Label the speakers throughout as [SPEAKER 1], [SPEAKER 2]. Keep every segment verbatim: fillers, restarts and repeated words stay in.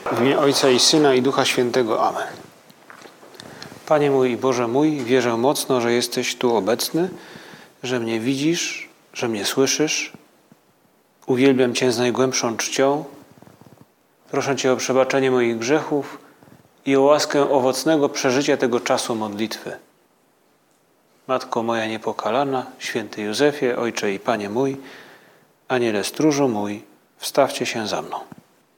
[SPEAKER 1] W imię Ojca i Syna i Ducha Świętego. Amen. Panie mój i Boże mój, wierzę mocno, że jesteś tu obecny, że mnie widzisz, że mnie słyszysz. Uwielbiam Cię z najgłębszą czcią. Proszę Cię o przebaczenie moich grzechów i o łaskę owocnego przeżycia tego czasu modlitwy. Matko moja niepokalana, święty Józefie, Ojcze i Panie mój, Aniele stróżu mój, wstawcie się za mną.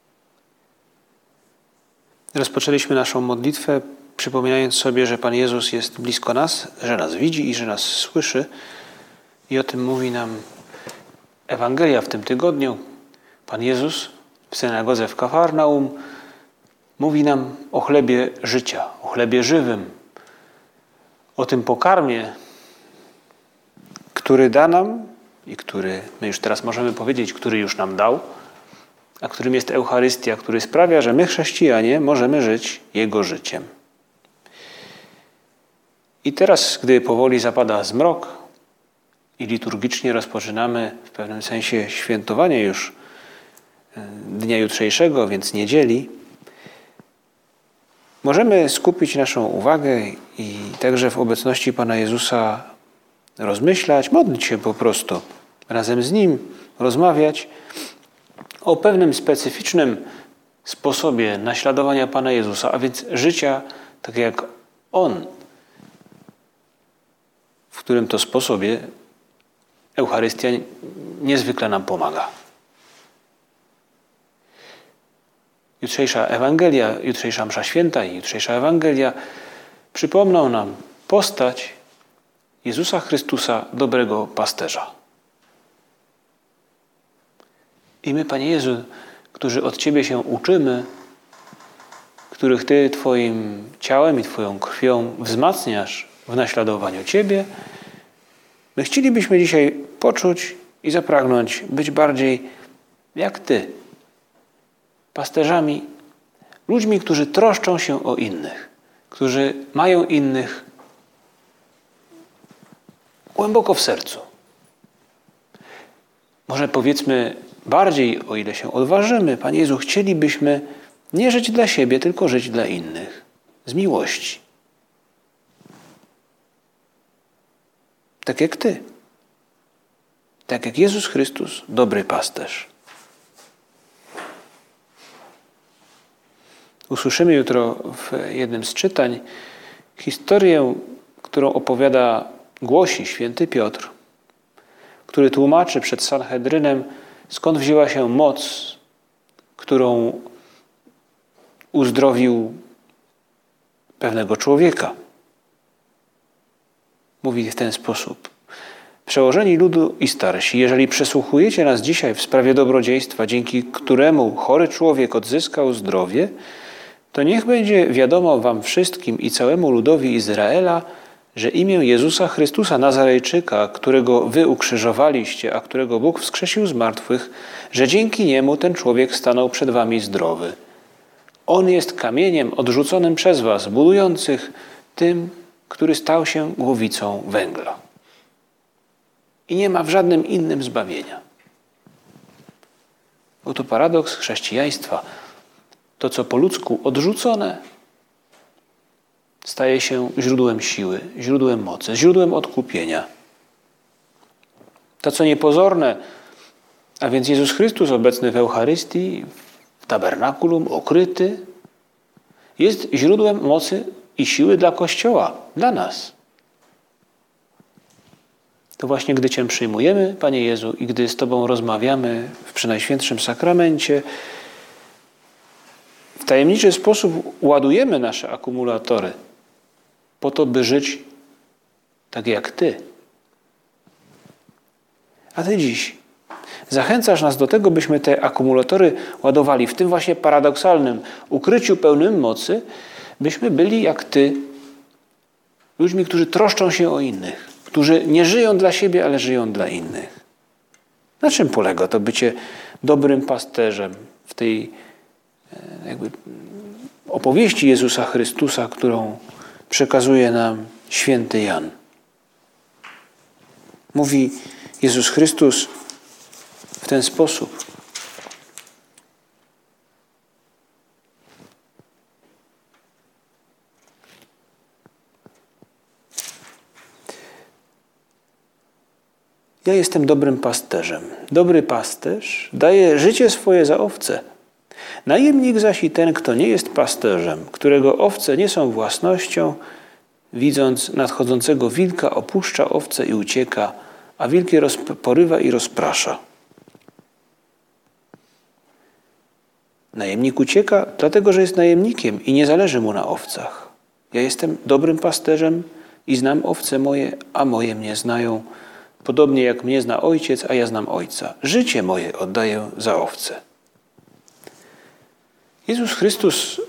[SPEAKER 1] Rozpoczęliśmy naszą modlitwę, przypominając sobie, że Pan Jezus jest blisko nas, że nas widzi i że nas słyszy. I o tym mówi nam Ewangelia w tym tygodniu. Pan Jezus w synagodze w Kafarnaum mówi nam o chlebie życia, o chlebie żywym, o tym pokarmie, który da nam i który, my już teraz możemy powiedzieć, który już nam dał, a którym jest Eucharystia, który sprawia, że my, chrześcijanie, możemy żyć Jego życiem. I teraz, gdy powoli zapada zmrok i liturgicznie rozpoczynamy w pewnym sensie świętowanie już dnia jutrzejszego, więc niedzieli, możemy skupić naszą uwagę i także w obecności Pana Jezusa rozmyślać, modlić się po prostu razem z Nim, rozmawiać o pewnym specyficznym sposobie naśladowania Pana Jezusa, a więc życia tak jak On, w którym to sposobie Eucharystia niezwykle nam pomaga. Jutrzejsza Ewangelia, jutrzejsza msza święta i jutrzejsza Ewangelia przypomną nam postać Jezusa Chrystusa, dobrego pasterza. I my, Panie Jezu, którzy od Ciebie się uczymy, których Ty Twoim ciałem i Twoją krwią wzmacniasz w naśladowaniu Ciebie, my chcielibyśmy dzisiaj poczuć i zapragnąć być bardziej jak Ty, pasterzami, ludźmi, którzy troszczą się o innych, którzy mają innych głęboko w sercu. Może powiedzmy bardziej, o ile się odważymy, Panie Jezu, chcielibyśmy nie żyć dla siebie, tylko żyć dla innych. Z miłości. Tak jak Ty. Tak jak Jezus Chrystus, dobry pasterz. Usłyszymy jutro w jednym z czytań historię, którą opowiada, głosi święty Piotr, który tłumaczy przed Sanhedrynem, skąd wzięła się moc, którą uzdrowił pewnego człowieka. Mówi w ten sposób. Przełożeni ludu i starsi, jeżeli przesłuchujecie nas dzisiaj w sprawie dobrodziejstwa, dzięki któremu chory człowiek odzyskał zdrowie, to niech będzie wiadomo wam wszystkim i całemu ludowi Izraela, że imię Jezusa Chrystusa Nazarejczyka, którego wy ukrzyżowaliście, a którego Bóg wskrzesił z martwych, że dzięki niemu ten człowiek stanął przed wami zdrowy. On jest kamieniem odrzuconym przez was, budujących tym, który stał się głowicą węgla. I nie ma w żadnym innym zbawienia. Oto paradoks chrześcijaństwa. To, co po ludzku odrzucone, staje się źródłem siły, źródłem mocy, źródłem odkupienia. To, co niepozorne, a więc Jezus Chrystus obecny w Eucharystii, w tabernakulum, okryty, jest źródłem mocy i siły dla Kościoła, dla nas. To właśnie gdy Cię przyjmujemy, Panie Jezu, i gdy z Tobą rozmawiamy w Przenajświętszym Sakramencie, w tajemniczy sposób ładujemy nasze akumulatory po to, by żyć tak jak Ty. A Ty dziś zachęcasz nas do tego, byśmy te akumulatory ładowali w tym właśnie paradoksalnym ukryciu pełnym mocy, byśmy byli jak Ty, ludźmi, którzy troszczą się o innych, którzy nie żyją dla siebie, ale żyją dla innych. Na czym polega to bycie dobrym pasterzem w tej jakby opowieści Jezusa Chrystusa, którą przekazuje nam święty Jan? Mówi Jezus Chrystus w ten sposób. Ja jestem dobrym pasterzem. Dobry pasterz daje życie swoje za owce. Najemnik zaś i ten, kto nie jest pasterzem, którego owce nie są własnością, widząc nadchodzącego wilka, opuszcza owce i ucieka, a wilk je porywa i rozprasza. Najemnik ucieka, dlatego że jest najemnikiem i nie zależy mu na owcach. Ja jestem dobrym pasterzem i znam owce moje, a moje mnie znają, podobnie jak mnie zna ojciec, a ja znam ojca. Życie moje oddaję za owce. Jezus Chrystus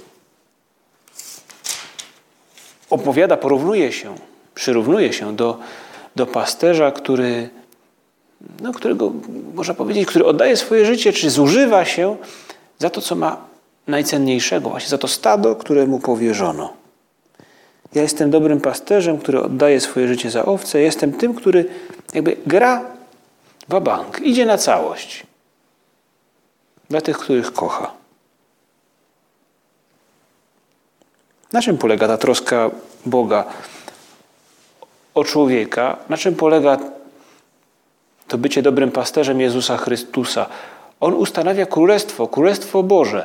[SPEAKER 1] opowiada, porównuje się, przyrównuje się do, do pasterza, który, no, którego można powiedzieć, który oddaje swoje życie, czy zużywa się za to, co ma najcenniejszego, właśnie za to stado, które mu powierzono. Ja jestem dobrym pasterzem, który oddaje swoje życie za owce. Ja jestem tym, który jakby gra wabank, idzie na całość. Dla tych, których kocha. Na czym polega ta troska Boga o człowieka? Na czym polega to bycie dobrym pasterzem Jezusa Chrystusa? On ustanawia królestwo, królestwo Boże.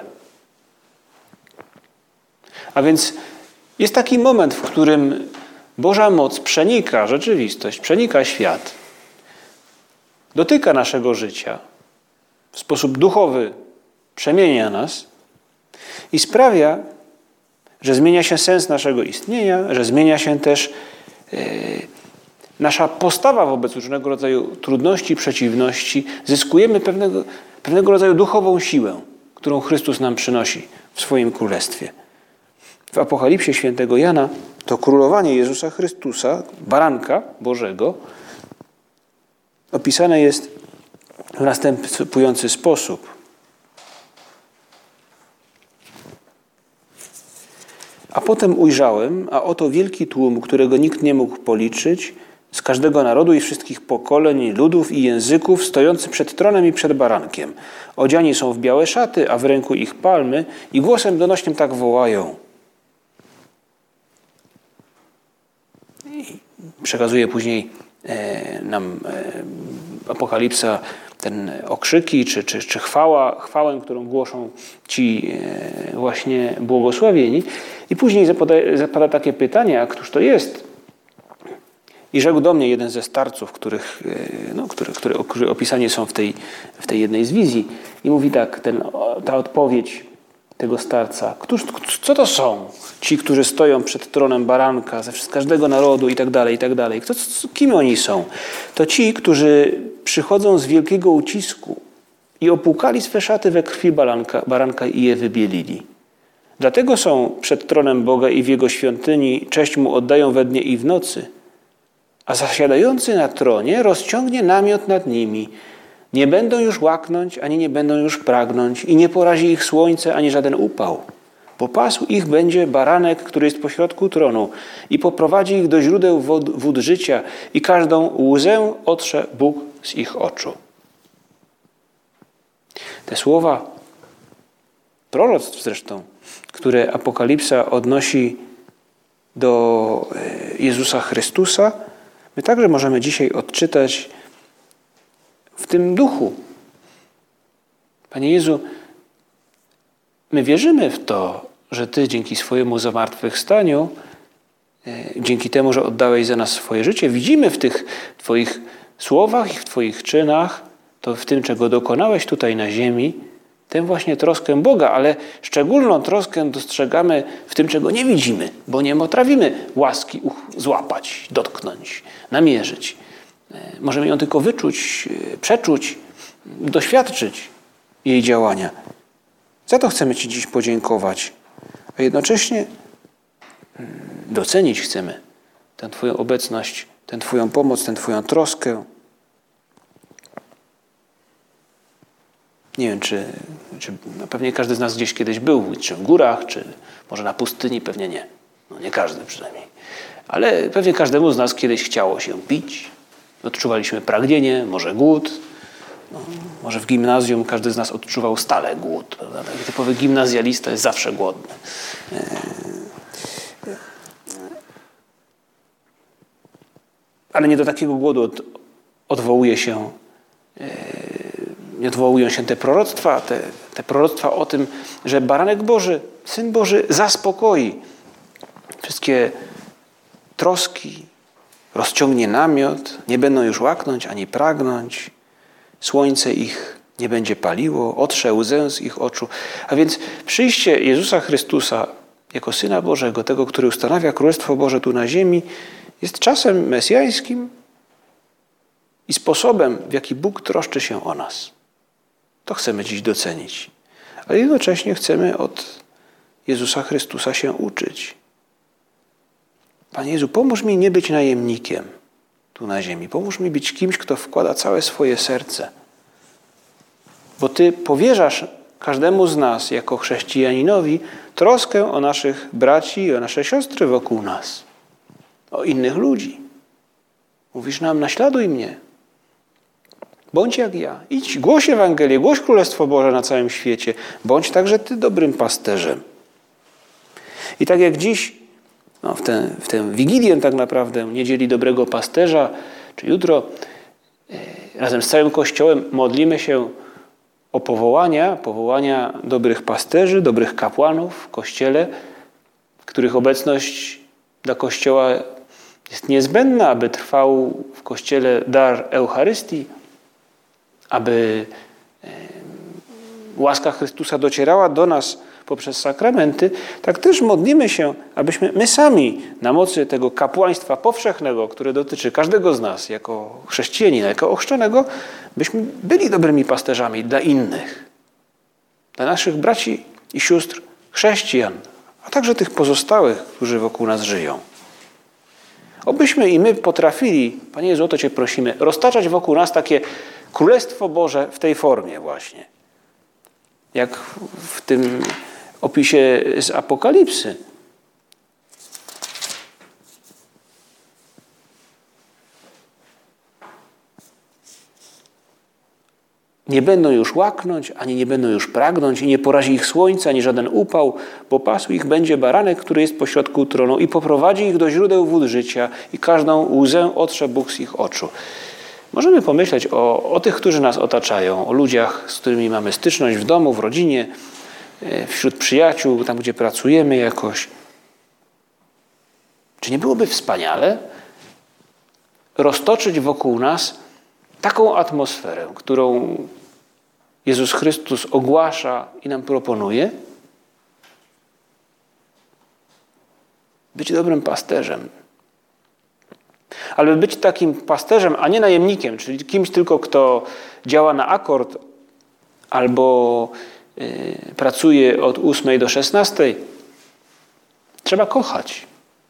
[SPEAKER 1] A więc jest taki moment, w którym Boża moc przenika rzeczywistość, przenika świat, dotyka naszego życia, w sposób duchowy przemienia nas i sprawia, że zmienia się sens naszego istnienia, że zmienia się też yy, nasza postawa wobec różnego rodzaju trudności, przeciwności. Zyskujemy pewnego, pewnego rodzaju duchową siłę, którą Chrystus nam przynosi w swoim królestwie. W Apokalipsie świętego Jana to królowanie Jezusa Chrystusa, baranka Bożego, opisane jest w następujący sposób. A potem ujrzałem, a oto wielki tłum, którego nikt nie mógł policzyć, z każdego narodu i wszystkich pokoleń, ludów i języków, stojący przed tronem i przed barankiem. Odziani są w białe szaty, a w ręku ich palmy i głosem donośnym tak wołają. I przekazuje później e, nam e, Apokalipsa ten okrzyki, czy, czy, czy chwała, chwałę, którą głoszą ci e, właśnie błogosławieni. I później zapada, zapada takie pytanie, a któż to jest? I rzekł do mnie jeden ze starców, których, no, które, które, które opisani są w tej, w tej jednej z wizji. I mówi tak, ten, ta odpowiedź tego starca. Któż, co to są ci, którzy stoją przed tronem baranka z każdego narodu i tak dalej, i tak dalej. Kto, kim oni są? To ci, którzy przychodzą z wielkiego ucisku i opłukali swe szaty we krwi baranka, baranka i je wybielili. Dlatego są przed tronem Boga i w Jego świątyni, cześć Mu oddają we dnie i w nocy. A zasiadający na tronie rozciągnie namiot nad nimi. Nie będą już łaknąć, ani nie będą już pragnąć i nie porazi ich słońce, ani żaden upał. Bo pasł ich będzie baranek, który jest pośrodku tronu i poprowadzi ich do źródeł wód, wód życia i każdą łzę otrze Bóg z ich oczu. Te słowa proroctw zresztą, które Apokalipsa odnosi do Jezusa Chrystusa, my także możemy dzisiaj odczytać w tym duchu. Panie Jezu, my wierzymy w to, że Ty dzięki swojemu zmartwychwstaniu, dzięki temu, że oddałeś za nas swoje życie, widzimy w tych Twoich słowach i w Twoich czynach, to w tym, czego dokonałeś tutaj na ziemi, tę właśnie troskę Boga, ale szczególną troskę dostrzegamy w tym, czego nie widzimy, bo nie potrafimy łaski złapać, dotknąć, namierzyć. Możemy ją tylko wyczuć, przeczuć, doświadczyć jej działania. Za to chcemy Ci dziś podziękować, a jednocześnie docenić chcemy tę Twoją obecność, tę Twoją pomoc, tę Twoją troskę. Nie wiem, czy, czy no pewnie każdy z nas gdzieś kiedyś był, czy w górach, czy może na pustyni, pewnie nie. No nie każdy przynajmniej. Ale pewnie każdemu z nas kiedyś chciało się pić. Odczuwaliśmy pragnienie, może głód. No, może w gimnazjum każdy z nas odczuwał stale głód. Taki typowy gimnazjalista jest zawsze głodny. Ale nie do takiego głodu od, odwołuje się, nie odwołują się te proroctwa, te, te proroctwa o tym, że baranek Boży, Syn Boży zaspokoi wszystkie troski, rozciągnie namiot, nie będą już łaknąć ani pragnąć, słońce ich nie będzie paliło, otrze łzę z ich oczu. A więc przyjście Jezusa Chrystusa jako Syna Bożego, tego, który ustanawia Królestwo Boże tu na ziemi, jest czasem mesjańskim i sposobem, w jaki Bóg troszczy się o nas. To chcemy dziś docenić. Ale jednocześnie chcemy od Jezusa Chrystusa się uczyć. Panie Jezu, pomóż mi nie być najemnikiem tu na ziemi. Pomóż mi być kimś, kto wkłada całe swoje serce. Bo Ty powierzasz każdemu z nas, jako chrześcijaninowi, troskę o naszych braci i o nasze siostry wokół nas. O innych ludzi. Mówisz nam, naśladuj mnie. Bądź jak ja. Idź, głoś Ewangelię, głoś Królestwo Boże na całym świecie. Bądź także Ty dobrym pasterzem. I tak jak dziś, no w, tę, w tę Wigilię tak naprawdę, Niedzieli Dobrego Pasterza, czy jutro, e, razem z całym Kościołem modlimy się o powołania, powołania dobrych pasterzy, dobrych kapłanów w Kościele, których obecność dla Kościoła jest niezbędna, aby trwał w Kościele dar Eucharystii, aby e, łaska Chrystusa docierała do nas poprzez sakramenty, tak też modlimy się, abyśmy my sami na mocy tego kapłaństwa powszechnego, które dotyczy każdego z nas jako chrześcijanina, jako ochrzczonego, byśmy byli dobrymi pasterzami dla innych, dla naszych braci i sióstr chrześcijan, a także tych pozostałych, którzy wokół nas żyją. Obyśmy i my potrafili, Panie Jezu, o to Cię prosimy, roztaczać wokół nas takie Królestwo Boże w tej formie właśnie. Jak w tym opisie z Apokalipsy. Nie będą już łaknąć, ani nie będą już pragnąć i nie porazi ich słońce, ani żaden upał, bo pasł ich będzie baranek, który jest pośrodku tronu i poprowadzi ich do źródeł wód życia i każdą łzę otrze Bóg z ich oczu. Możemy pomyśleć o, o tych, którzy nas otaczają, o ludziach, z którymi mamy styczność w domu, w rodzinie, wśród przyjaciół, tam gdzie pracujemy jakoś. Czy nie byłoby wspaniale roztoczyć wokół nas taką atmosferę, którą Jezus Chrystus ogłasza i nam proponuje? Być dobrym pasterzem. Ale być takim pasterzem, a nie najemnikiem, czyli kimś tylko, kto działa na akord albo y, pracuje od ósmej do szesnastej. Trzeba kochać.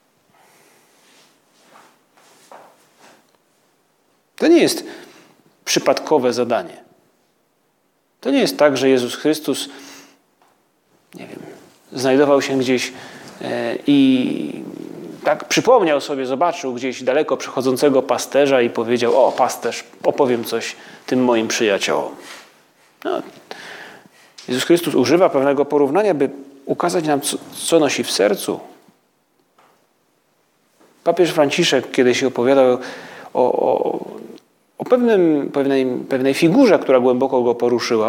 [SPEAKER 1] To nie jest przypadkowe zadanie. To nie jest tak, że Jezus Chrystus, nie wiem, znajdował się gdzieś y, i tak przypomniał sobie, zobaczył gdzieś daleko przechodzącego pasterza i powiedział: o, pasterz, opowiem coś tym moim przyjaciołom. No, Jezus Chrystus używa pewnego porównania, by ukazać nam, co, co nosi w sercu. Papież Franciszek kiedyś opowiadał o, o, o pewnym, pewnej, pewnej figurze, która głęboko go poruszyła,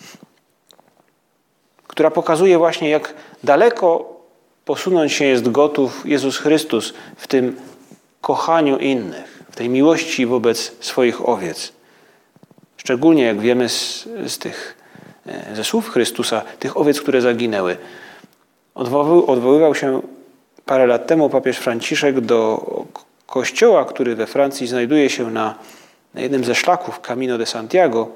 [SPEAKER 1] która pokazuje właśnie, jak daleko posunąć się jest gotów Jezus Chrystus w tym kochaniu innych, w tej miłości wobec swoich owiec. Szczególnie, jak wiemy z, z tych, ze słów Chrystusa, tych owiec, które zaginęły. Odwoływał, odwoływał się parę lat temu papież Franciszek do kościoła, który we Francji znajduje się na, na jednym ze szlaków Camino de Santiago.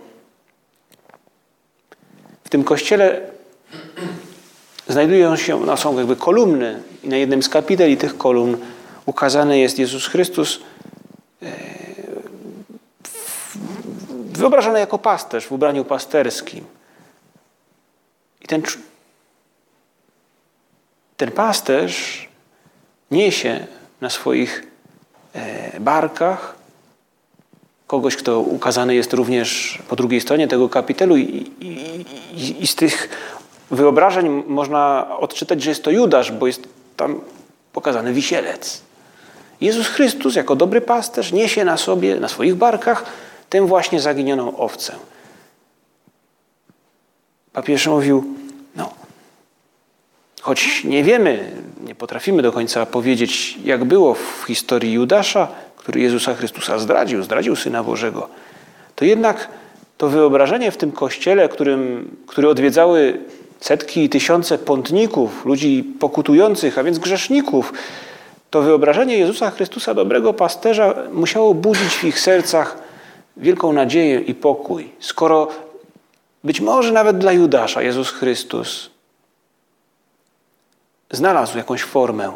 [SPEAKER 1] W tym kościele znajdują się, no są jakby kolumny i na jednym z kapiteli tych kolumn ukazany jest Jezus Chrystus wyobrażony jako pasterz w ubraniu pasterskim. I ten, ten pasterz niesie na swoich barkach kogoś, kto ukazany jest również po drugiej stronie tego kapitelu i, i, i, i z tych wyobrażeń można odczytać, że jest to Judasz, bo jest tam pokazany wisielec. Jezus Chrystus jako dobry pasterz niesie na sobie, na swoich barkach tę właśnie zaginioną owcę. Papież mówił, no, choć nie wiemy, nie potrafimy do końca powiedzieć, jak było w historii Judasza, który Jezusa Chrystusa zdradził, zdradził Syna Bożego, to jednak to wyobrażenie w tym kościele, którym, który odwiedzały setki i tysiące pątników, ludzi pokutujących, a więc grzeszników, to wyobrażenie Jezusa Chrystusa, dobrego pasterza, musiało budzić w ich sercach wielką nadzieję i pokój. Skoro być może nawet dla Judasza Jezus Chrystus znalazł jakąś formę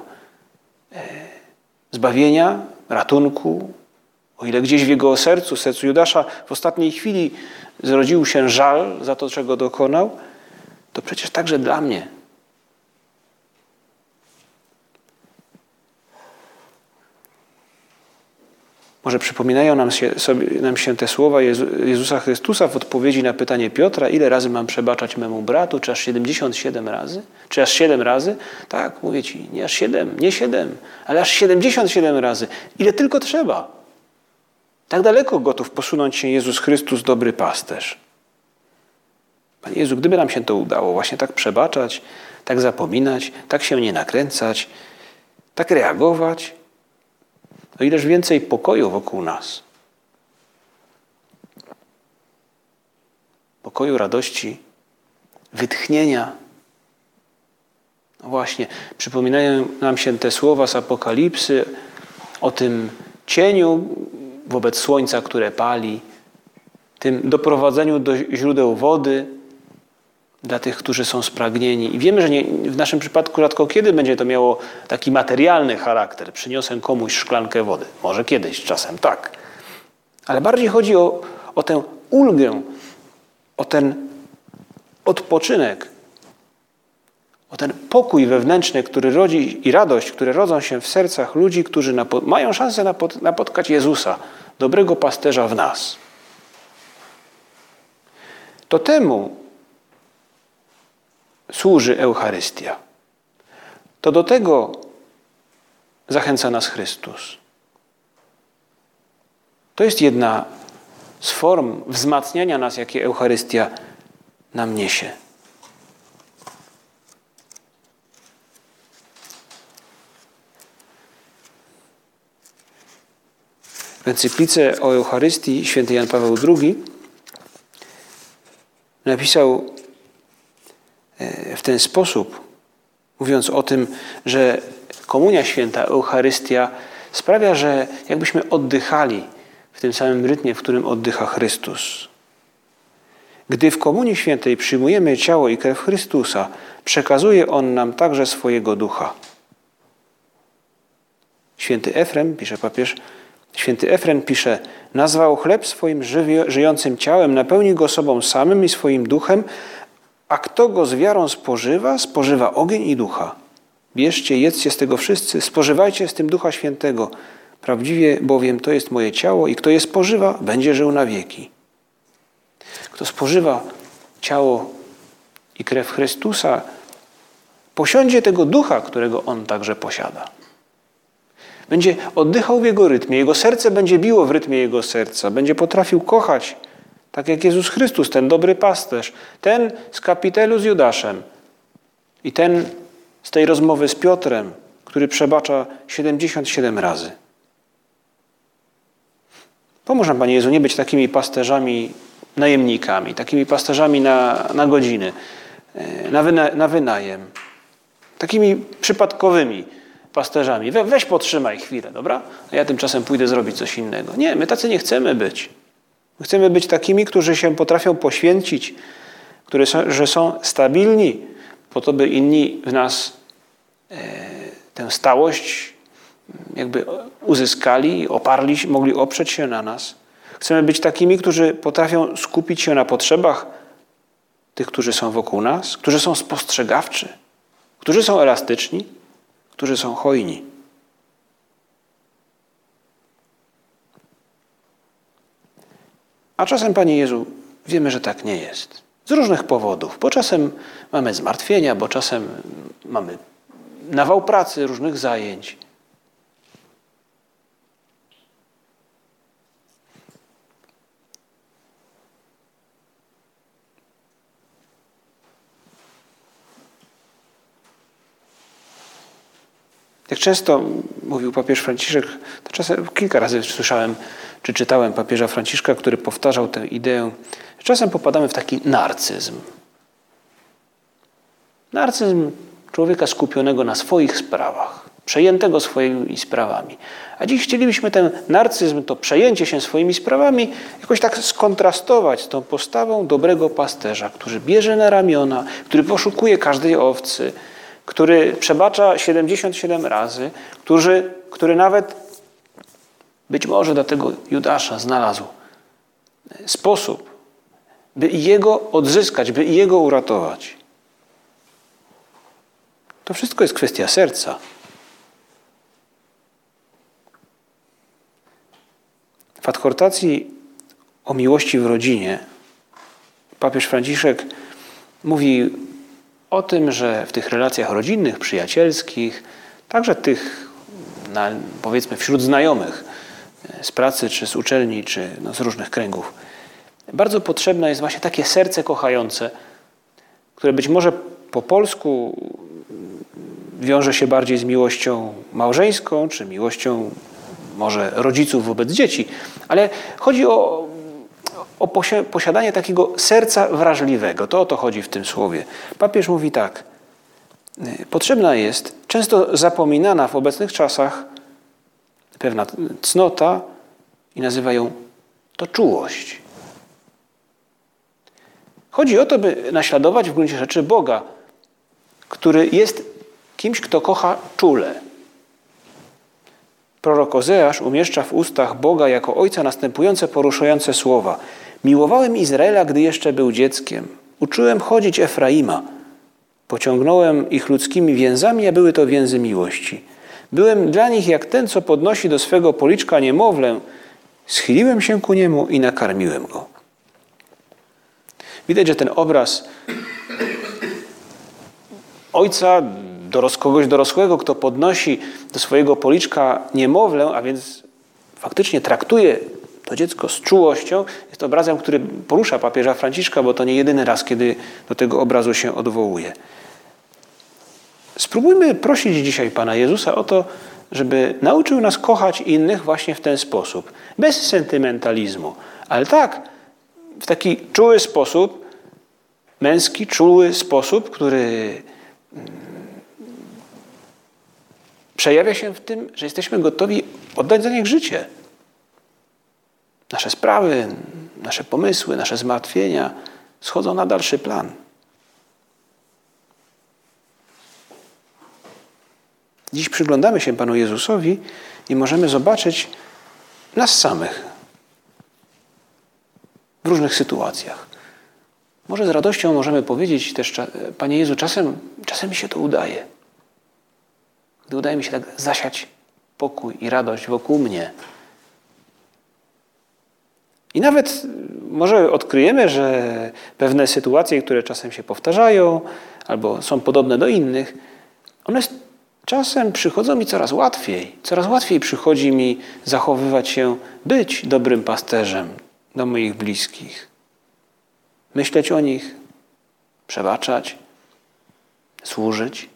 [SPEAKER 1] zbawienia, ratunku, o ile gdzieś w jego sercu, sercu Judasza w ostatniej chwili zrodził się żal za to, czego dokonał, to przecież także dla mnie. Może przypominają nam się, sobie, nam się te słowa Jezu, Jezusa Chrystusa w odpowiedzi na pytanie Piotra, ile razy mam przebaczać memu bratu, czy aż siedemdziesiąt siedem razy? Czy aż siedem razy? Tak, mówię ci, nie aż siedem, nie siedem, ale aż siedemdziesiąt siedem razy. Ile tylko trzeba. Tak daleko gotów posunąć się Jezus Chrystus, dobry pasterz. Panie Jezu, gdyby nam się to udało, właśnie tak przebaczać, tak zapominać, tak się nie nakręcać, tak reagować, to ileż więcej pokoju wokół nas. Pokoju, radości, wytchnienia. No właśnie, przypominają nam się te słowa z Apokalipsy o tym cieniu wobec słońca, które pali, tym doprowadzeniu do źródeł wody dla tych, którzy są spragnieni. I wiemy, że nie, w naszym przypadku rzadko kiedy będzie to miało taki materialny charakter. Przyniosę komuś szklankę wody. Może kiedyś, czasem tak. Ale bardziej chodzi o, o tę ulgę, o ten odpoczynek, o ten pokój wewnętrzny, który rodzi i radość, które rodzą się w sercach ludzi, którzy napo- mają szansę napot- napotkać Jezusa, dobrego pasterza w nas. To temu służy Eucharystia. To do tego zachęca nas Chrystus. To jest jedna z form wzmacniania nas, jakie Eucharystia nam niesie. W encyklice o Eucharystii święty Jan Paweł drugi napisał w ten sposób, mówiąc o tym, że Komunia Święta, Eucharystia sprawia, że jakbyśmy oddychali w tym samym rytmie, w którym oddycha Chrystus. Gdy w Komunii Świętej przyjmujemy ciało i krew Chrystusa, przekazuje On nam także swojego ducha. Święty Efrem, pisze papież, Święty Efrem pisze, nazwał chleb swoim żywi- żyjącym ciałem, napełni go sobą samym i swoim duchem, a kto go z wiarą spożywa, spożywa ogień i ducha. Bierzcie, jedzcie z tego wszyscy, spożywajcie z tym Ducha Świętego. Prawdziwie bowiem to jest moje ciało i kto je spożywa, będzie żył na wieki. Kto spożywa ciało i krew Chrystusa, posiądzie tego Ducha, którego On także posiada. Będzie oddychał w Jego rytmie, Jego serce będzie biło w rytmie Jego serca, będzie potrafił kochać, tak jak Jezus Chrystus, ten dobry pasterz, ten z kapitelu z Judaszem i ten z tej rozmowy z Piotrem, który przebacza siedemdziesiąt siedem razy. Pomóż nam, Panie Jezu, nie być takimi pasterzami najemnikami, takimi pasterzami na, na godziny, na, wyna, na wynajem, takimi przypadkowymi pasterzami. We, weź potrzymaj chwilę, dobra? A ja tymczasem pójdę zrobić coś innego. Nie, my tacy nie chcemy być. My chcemy być takimi, którzy się potrafią poświęcić, którzy są, że są stabilni, po to, by inni w nas e, tę stałość jakby uzyskali, oparli, mogli oprzeć się na nas. Chcemy być takimi, którzy potrafią skupić się na potrzebach tych, którzy są wokół nas, którzy są spostrzegawczy, którzy są elastyczni, którzy są hojni. A czasem, Panie Jezu, wiemy, że tak nie jest. Z różnych powodów. Bo czasem mamy zmartwienia, bo czasem mamy nawał pracy, różnych zajęć. Jak często mówił papież Franciszek, to czasem kilka razy słyszałem, czy czytałem papieża Franciszka, który powtarzał tę ideę, że czasem popadamy w taki narcyzm. Narcyzm człowieka skupionego na swoich sprawach, przejętego swoimi sprawami. A dziś chcielibyśmy ten narcyzm, to przejęcie się swoimi sprawami jakoś tak skontrastować z tą postawą dobrego pasterza, który bierze na ramiona, który poszukuje każdej owcy, który przebacza siedemdziesiąt siedem razy, który, który nawet być może do tego Judasza znalazł sposób, by i jego odzyskać, by i jego uratować. To wszystko jest kwestia serca. W adhortacji o miłości w rodzinie papież Franciszek mówi o tym, że w tych relacjach rodzinnych, przyjacielskich, także tych, na, powiedzmy, wśród znajomych z pracy, czy z uczelni, czy no, z różnych kręgów, bardzo potrzebne jest właśnie takie serce kochające, które być może po polsku wiąże się bardziej z miłością małżeńską, czy miłością może rodziców wobec dzieci, ale chodzi o, o posiadanie takiego serca wrażliwego. To o to chodzi w tym słowie. Papież mówi tak. Potrzebna jest, często zapominana w obecnych czasach, pewna cnota i nazywa ją to czułość. Chodzi o to, by naśladować w gruncie rzeczy Boga, który jest kimś, kto kocha czule. Prorok Ozeasz umieszcza w ustach Boga jako Ojca następujące poruszające słowa. Miłowałem Izraela, gdy jeszcze był dzieckiem. Uczyłem chodzić Efraima. Pociągnąłem ich ludzkimi więzami, a były to więzy miłości. Byłem dla nich jak ten, co podnosi do swego policzka niemowlę. Schyliłem się ku niemu i nakarmiłem go. Widać, że ten obraz ojca, doros, kogoś dorosłego, kto podnosi do swojego policzka niemowlę, a więc faktycznie traktuje to dziecko z czułością, jest obrazem, który porusza papieża Franciszka, bo to nie jedyny raz, kiedy do tego obrazu się odwołuje. Spróbujmy prosić dzisiaj Pana Jezusa o to, żeby nauczył nas kochać innych właśnie w ten sposób. Bez sentymentalizmu, ale tak, w taki czuły sposób, męski, czuły sposób, który przejawia się w tym, że jesteśmy gotowi oddać za nich życie. Nasze sprawy, nasze pomysły, nasze zmartwienia schodzą na dalszy plan. Dziś przyglądamy się Panu Jezusowi i możemy zobaczyć nas samych w różnych sytuacjach. Może z radością możemy powiedzieć też, Panie Jezu, czasem, czasem mi się to udaje. Gdy udaje mi się tak zasiać pokój i radość wokół mnie. I nawet może odkryjemy, że pewne sytuacje, które czasem się powtarzają albo są podobne do innych, one czasem przychodzą mi coraz łatwiej. Coraz łatwiej przychodzi mi zachowywać się, być dobrym pasterzem do moich bliskich. Myśleć o nich, przebaczać, służyć.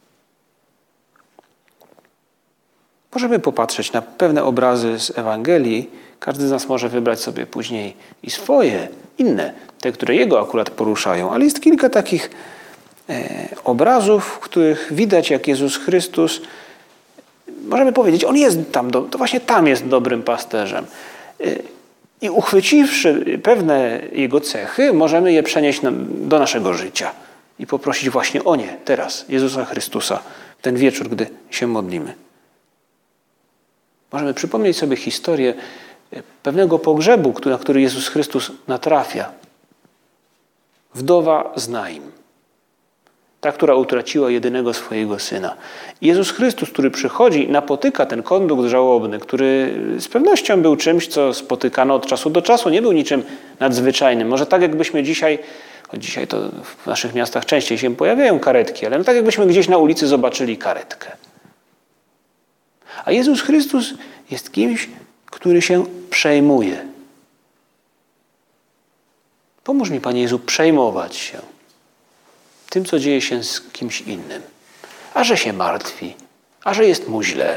[SPEAKER 1] Możemy popatrzeć na pewne obrazy z Ewangelii. Każdy z nas może wybrać sobie później i swoje, inne, te, które jego akurat poruszają. Ale jest kilka takich e, obrazów, w których widać, jak Jezus Chrystus, możemy powiedzieć, On jest tam, do, to właśnie tam jest dobrym pasterzem. E, I uchwyciwszy pewne Jego cechy, możemy je przenieść na, do naszego życia i poprosić właśnie o nie teraz, Jezusa Chrystusa, w ten wieczór, gdy się modlimy. Możemy przypomnieć sobie historię pewnego pogrzebu, na który Jezus Chrystus natrafia. Wdowa z Naim. Ta, która utraciła jedynego swojego syna. Jezus Chrystus, który przychodzi, napotyka ten kondukt żałobny, który z pewnością był czymś, co spotykano od czasu do czasu, nie był niczym nadzwyczajnym. Może tak jakbyśmy dzisiaj, choć dzisiaj to w naszych miastach częściej się pojawiają karetki, ale no tak jakbyśmy gdzieś na ulicy zobaczyli karetkę. A Jezus Chrystus jest kimś, który się przejmuje. Pomóż mi, Panie Jezu, przejmować się tym, co dzieje się z kimś innym. A że się martwi, a że jest mu źle,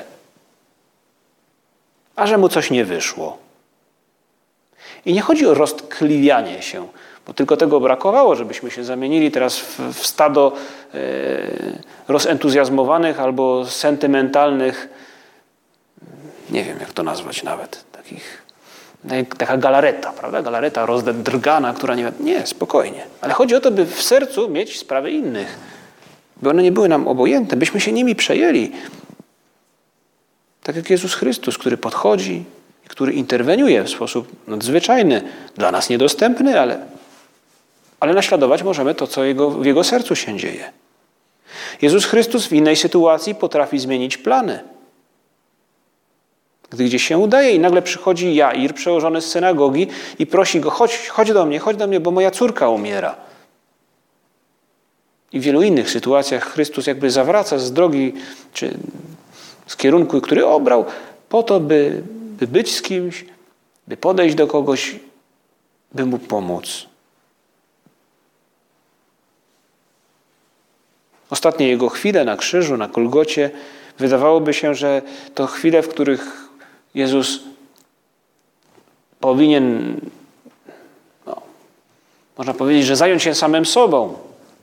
[SPEAKER 1] a że mu coś nie wyszło. I nie chodzi o roztkliwianie się, bo tylko tego brakowało, żebyśmy się zamienili teraz w, w stado e, rozentuzjazmowanych albo sentymentalnych, nie wiem jak to nazwać nawet, takich, taka galareta, prawda? Galareta rozdrgana, która nie... Nie, spokojnie. Ale chodzi o to, by w sercu mieć sprawy innych, by one nie były nam obojętne, byśmy się nimi przejęli. Tak jak Jezus Chrystus, który podchodzi, który interweniuje w sposób nadzwyczajny, dla nas niedostępny, ale, ale naśladować możemy to, co jego, w Jego sercu się dzieje. Jezus Chrystus w innej sytuacji potrafi zmienić plany. Gdy gdzieś się udaje i nagle przychodzi Jair, przełożony z synagogi i prosi go, chodź, chodź do mnie, chodź do mnie, bo moja córka umiera. I w wielu innych sytuacjach Chrystus jakby zawraca z drogi, czy z kierunku, który obrał, po to, by, by być z kimś, by podejść do kogoś, by mu pomóc. Ostatnie jego chwile na krzyżu, na Golgocie, wydawałoby się, że to chwile, w których Jezus powinien, no, można powiedzieć, że zająć się samym sobą.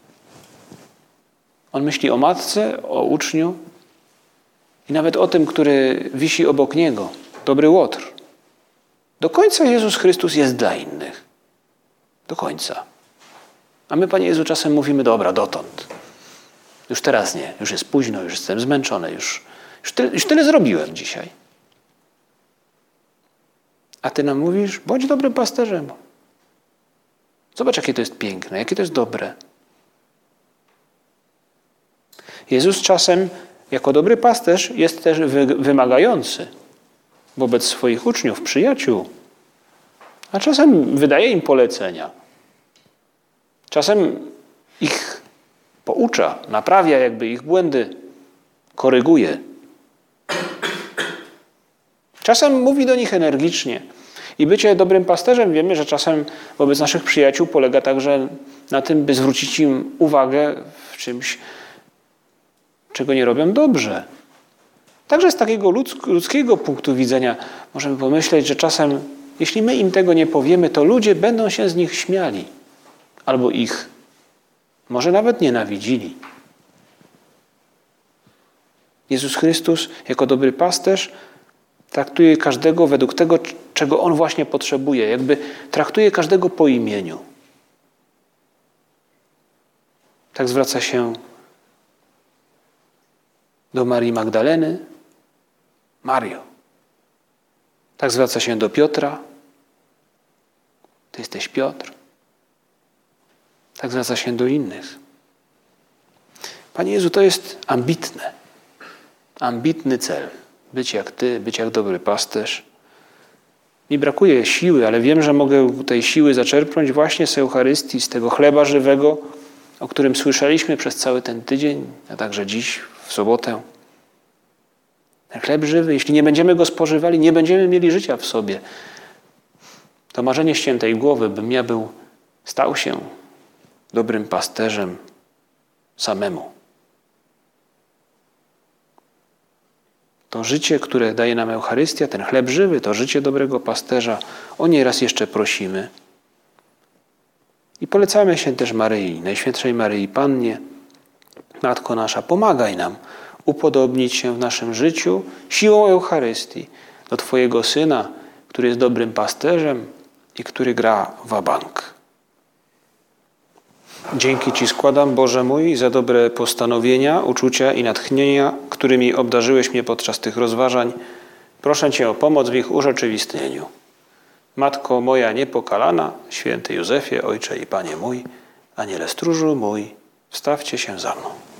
[SPEAKER 1] On myśli o matce, o uczniu i nawet o tym, który wisi obok niego. Dobry Łotr. Do końca Jezus Chrystus jest dla innych. Do końca. A my, Panie Jezu, czasem mówimy, dobra, dotąd. Już teraz nie. Już jest późno, już jestem zmęczony, już, już, tyle, już tyle zrobiłem dzisiaj. A Ty nam mówisz, bądź dobrym pasterzem. Zobacz, jakie to jest piękne, jakie to jest dobre. Jezus czasem, jako dobry pasterz, jest też wymagający wobec swoich uczniów, przyjaciół. A czasem wydaje im polecenia. Czasem ich poucza, naprawia jakby ich błędy, koryguje. Czasem mówi do nich energicznie. I bycie dobrym pasterzem, wiemy, że czasem wobec naszych przyjaciół polega także na tym, by zwrócić im uwagę w czymś, czego nie robią dobrze. Także z takiego ludzkiego punktu widzenia możemy pomyśleć, że czasem, jeśli my im tego nie powiemy, to ludzie będą się z nich śmiali. Albo ich może nawet nienawidzili. Jezus Chrystus jako dobry pasterz traktuje każdego według tego, czego on właśnie potrzebuje. Jakby traktuje każdego po imieniu. Tak zwraca się do Marii Magdaleny. Mario. Tak zwraca się do Piotra. Ty jesteś Piotr. Tak zwraca się do innych. Panie Jezu, to jest ambitne. Ambitny cel. Być jak Ty, być jak dobry pasterz. Mi brakuje siły, ale wiem, że mogę tej siły zaczerpnąć właśnie z Eucharystii, z tego chleba żywego, o którym słyszeliśmy przez cały ten tydzień, a także dziś, w sobotę. Ten chleb żywy, jeśli nie będziemy go spożywali, nie będziemy mieli życia w sobie. To marzenie ściętej głowy, bym ja był, stał się dobrym pasterzem samemu. To życie, które daje nam Eucharystia, ten chleb żywy, to życie dobrego pasterza, o nie raz jeszcze prosimy. I polecamy się też Maryi, Najświętszej Maryi Pannie. Matko nasza, pomagaj nam upodobnić się w naszym życiu siłą Eucharystii do Twojego Syna, który jest dobrym pasterzem i który gra wabank. Dzięki Ci składam, Boże mój, za dobre postanowienia, uczucia i natchnienia, którymi obdarzyłeś mnie podczas tych rozważań. Proszę Cię o pomoc w ich urzeczywistnieniu. Matko moja niepokalana, święty Józefie, Ojcze i Panie mój, Aniele stróżu mój, wstawcie się za mną.